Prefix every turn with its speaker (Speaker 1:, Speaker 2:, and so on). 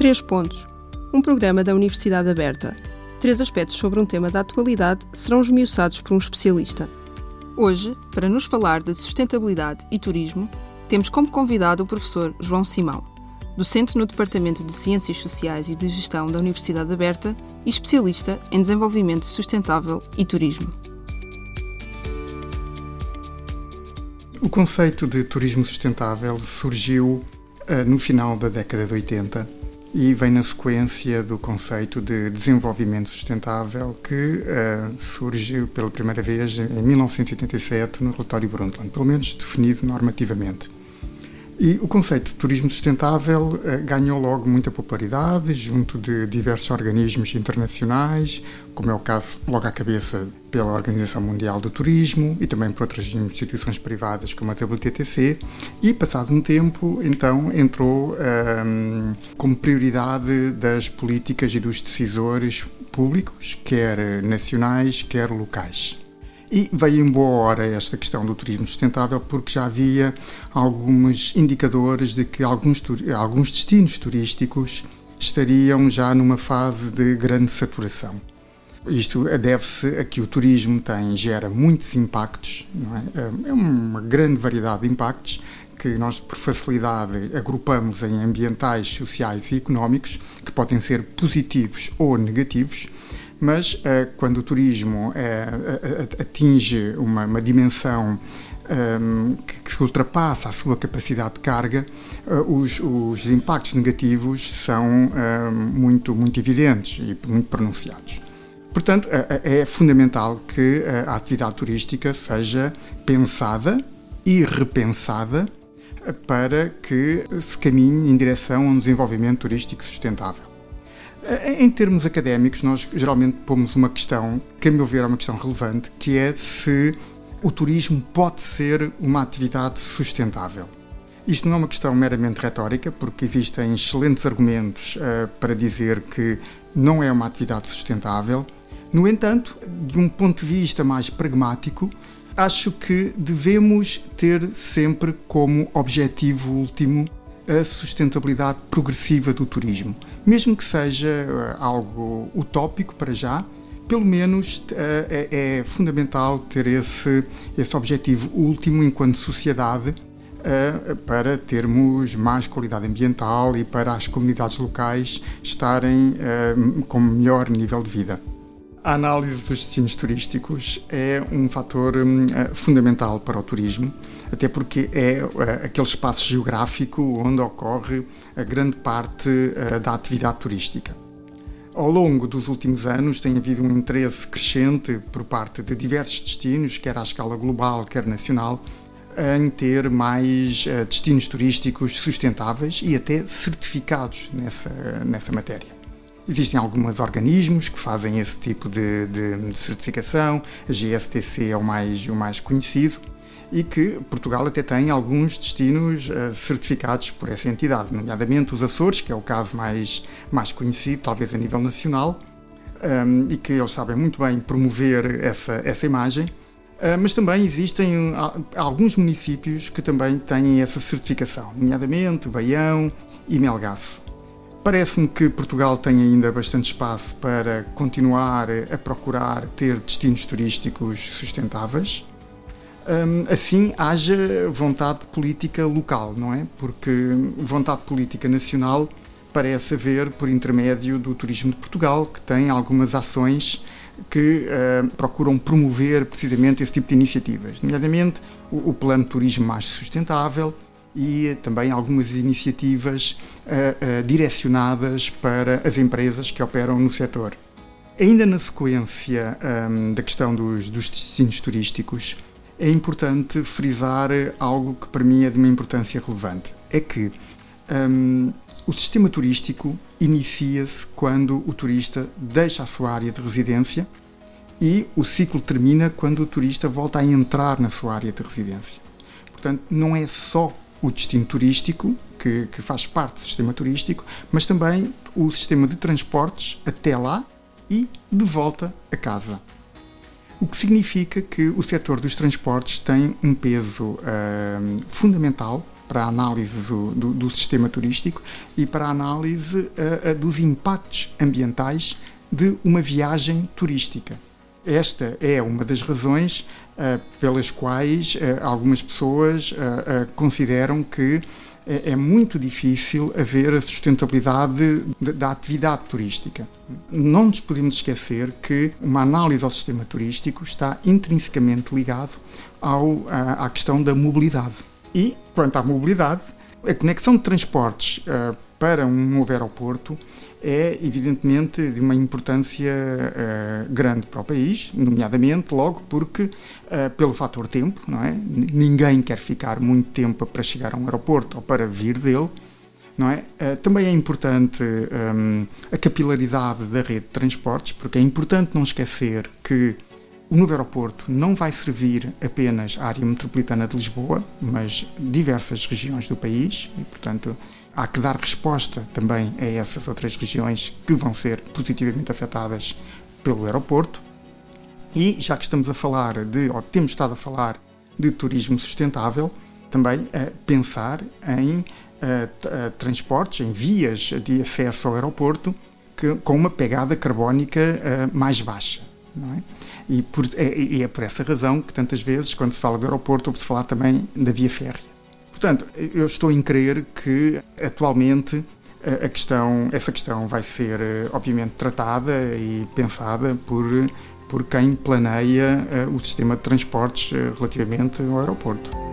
Speaker 1: Três Pontos, um programa da Universidade Aberta. 3 aspectos sobre um tema da atualidade serão esmiuçados por um especialista. Hoje, para nos falar de sustentabilidade e turismo, temos como convidado o professor João Simão, docente no Departamento de Ciências Sociais e de Gestão da Universidade Aberta e especialista em desenvolvimento sustentável e turismo.
Speaker 2: O conceito de turismo sustentável surgiu no final da década de 80 e vem na sequência do conceito de desenvolvimento sustentável que surge pela primeira vez em 1987 no relatório Brundtland, pelo menos definido normativamente. E o conceito de turismo sustentável ganhou logo muita popularidade junto de diversos organismos internacionais, como é o caso logo à cabeça pela Organização Mundial do Turismo e também por outras instituições privadas como a WTTC, e passado um tempo então entrou como prioridade das políticas e dos decisores públicos, quer nacionais, quer locais. E veio em boa hora esta questão do turismo sustentável porque já havia alguns indicadores de que alguns destinos turísticos estariam já numa fase de grande saturação. Isto deve-se a que o turismo gera muitos impactos, não é? É uma grande variedade de impactos que nós, por facilidade, agrupamos em ambientais, sociais e económicos, que podem ser positivos ou negativos. Mas quando o turismo atinge uma dimensão que ultrapassa a sua capacidade de carga, os impactos negativos são muito evidentes e muito pronunciados. Portanto, é fundamental que a atividade turística seja pensada e repensada para que se caminhe em direção a um desenvolvimento turístico sustentável. Em termos académicos, nós geralmente pomos uma questão, que a meu ver é uma questão relevante, que é se o turismo pode ser uma atividade sustentável. Isto não é uma questão meramente retórica, porque existem excelentes argumentos para dizer que não é uma atividade sustentável. No entanto, de um ponto de vista mais pragmático, acho que devemos ter sempre como objetivo último a sustentabilidade progressiva do turismo. Mesmo que seja algo utópico para já, pelo menos é fundamental ter esse objetivo último enquanto sociedade para termos mais qualidade ambiental e para as comunidades locais estarem com melhor nível de vida. A análise dos destinos turísticos é um fator fundamental para o turismo, até porque é aquele espaço geográfico onde ocorre a grande parte da atividade turística. Ao longo dos últimos anos tem havido um interesse crescente por parte de diversos destinos, quer à escala global, quer nacional, em ter mais destinos turísticos sustentáveis e até certificados nessa matéria. Existem alguns organismos que fazem esse tipo de certificação, a GSTC é o mais conhecido, e que Portugal até tem alguns destinos certificados por essa entidade, nomeadamente os Açores, que é o caso mais conhecido, talvez a nível nacional, e que eles sabem muito bem promover essa imagem, mas também existem alguns municípios que também têm essa certificação, nomeadamente Baião e Melgaço. Parece-me que Portugal tem ainda bastante espaço para continuar a procurar ter destinos turísticos sustentáveis. Assim, haja vontade política local, não é? Porque vontade política nacional parece haver por intermédio do Turismo de Portugal, que tem algumas ações que procuram promover precisamente esse tipo de iniciativas, nomeadamente o Plano de Turismo Mais Sustentável, e também algumas iniciativas direcionadas para as empresas que operam no setor. Ainda na sequência da questão dos destinos turísticos, é importante frisar algo que para mim é de uma importância relevante. É que o sistema turístico inicia-se quando o turista deixa a sua área de residência e o ciclo termina quando o turista volta a entrar na sua área de residência. Portanto, não é só o destino turístico, que faz parte do sistema turístico, mas também o sistema de transportes até lá e de volta a casa. O que significa que o setor dos transportes tem um peso fundamental para a análise do sistema turístico e para a análise dos impactos ambientais de uma viagem turística. Esta é uma das razões pelas quais algumas pessoas consideram que é muito difícil haver a sustentabilidade da atividade turística. Não nos podemos esquecer que uma análise ao sistema turístico está intrinsecamente ligado à questão da mobilidade. E, quanto à mobilidade, a conexão de transportes para um novo aeroporto é, evidentemente, de uma importância grande para o país, nomeadamente logo porque, pelo fator tempo, não é? Ninguém quer ficar muito tempo para chegar a um aeroporto ou para vir dele, não é? Também é importante a capilaridade da rede de transportes, porque é importante não esquecer que o novo aeroporto não vai servir apenas à área metropolitana de Lisboa, mas diversas regiões do país e, portanto, há que dar resposta também a essas outras regiões que vão ser positivamente afetadas pelo aeroporto. E, já que estamos a falar ou temos estado a falar de turismo sustentável, também pensar em transportes, em vias de acesso ao aeroporto com uma pegada carbónica mais baixa. Não é? E é por essa razão que tantas vezes, quando se fala do aeroporto, ouve-se falar também da via férrea. Portanto, eu estou em crer que, atualmente, essa questão vai ser, obviamente, tratada e pensada por quem planeia o sistema de transportes relativamente ao aeroporto.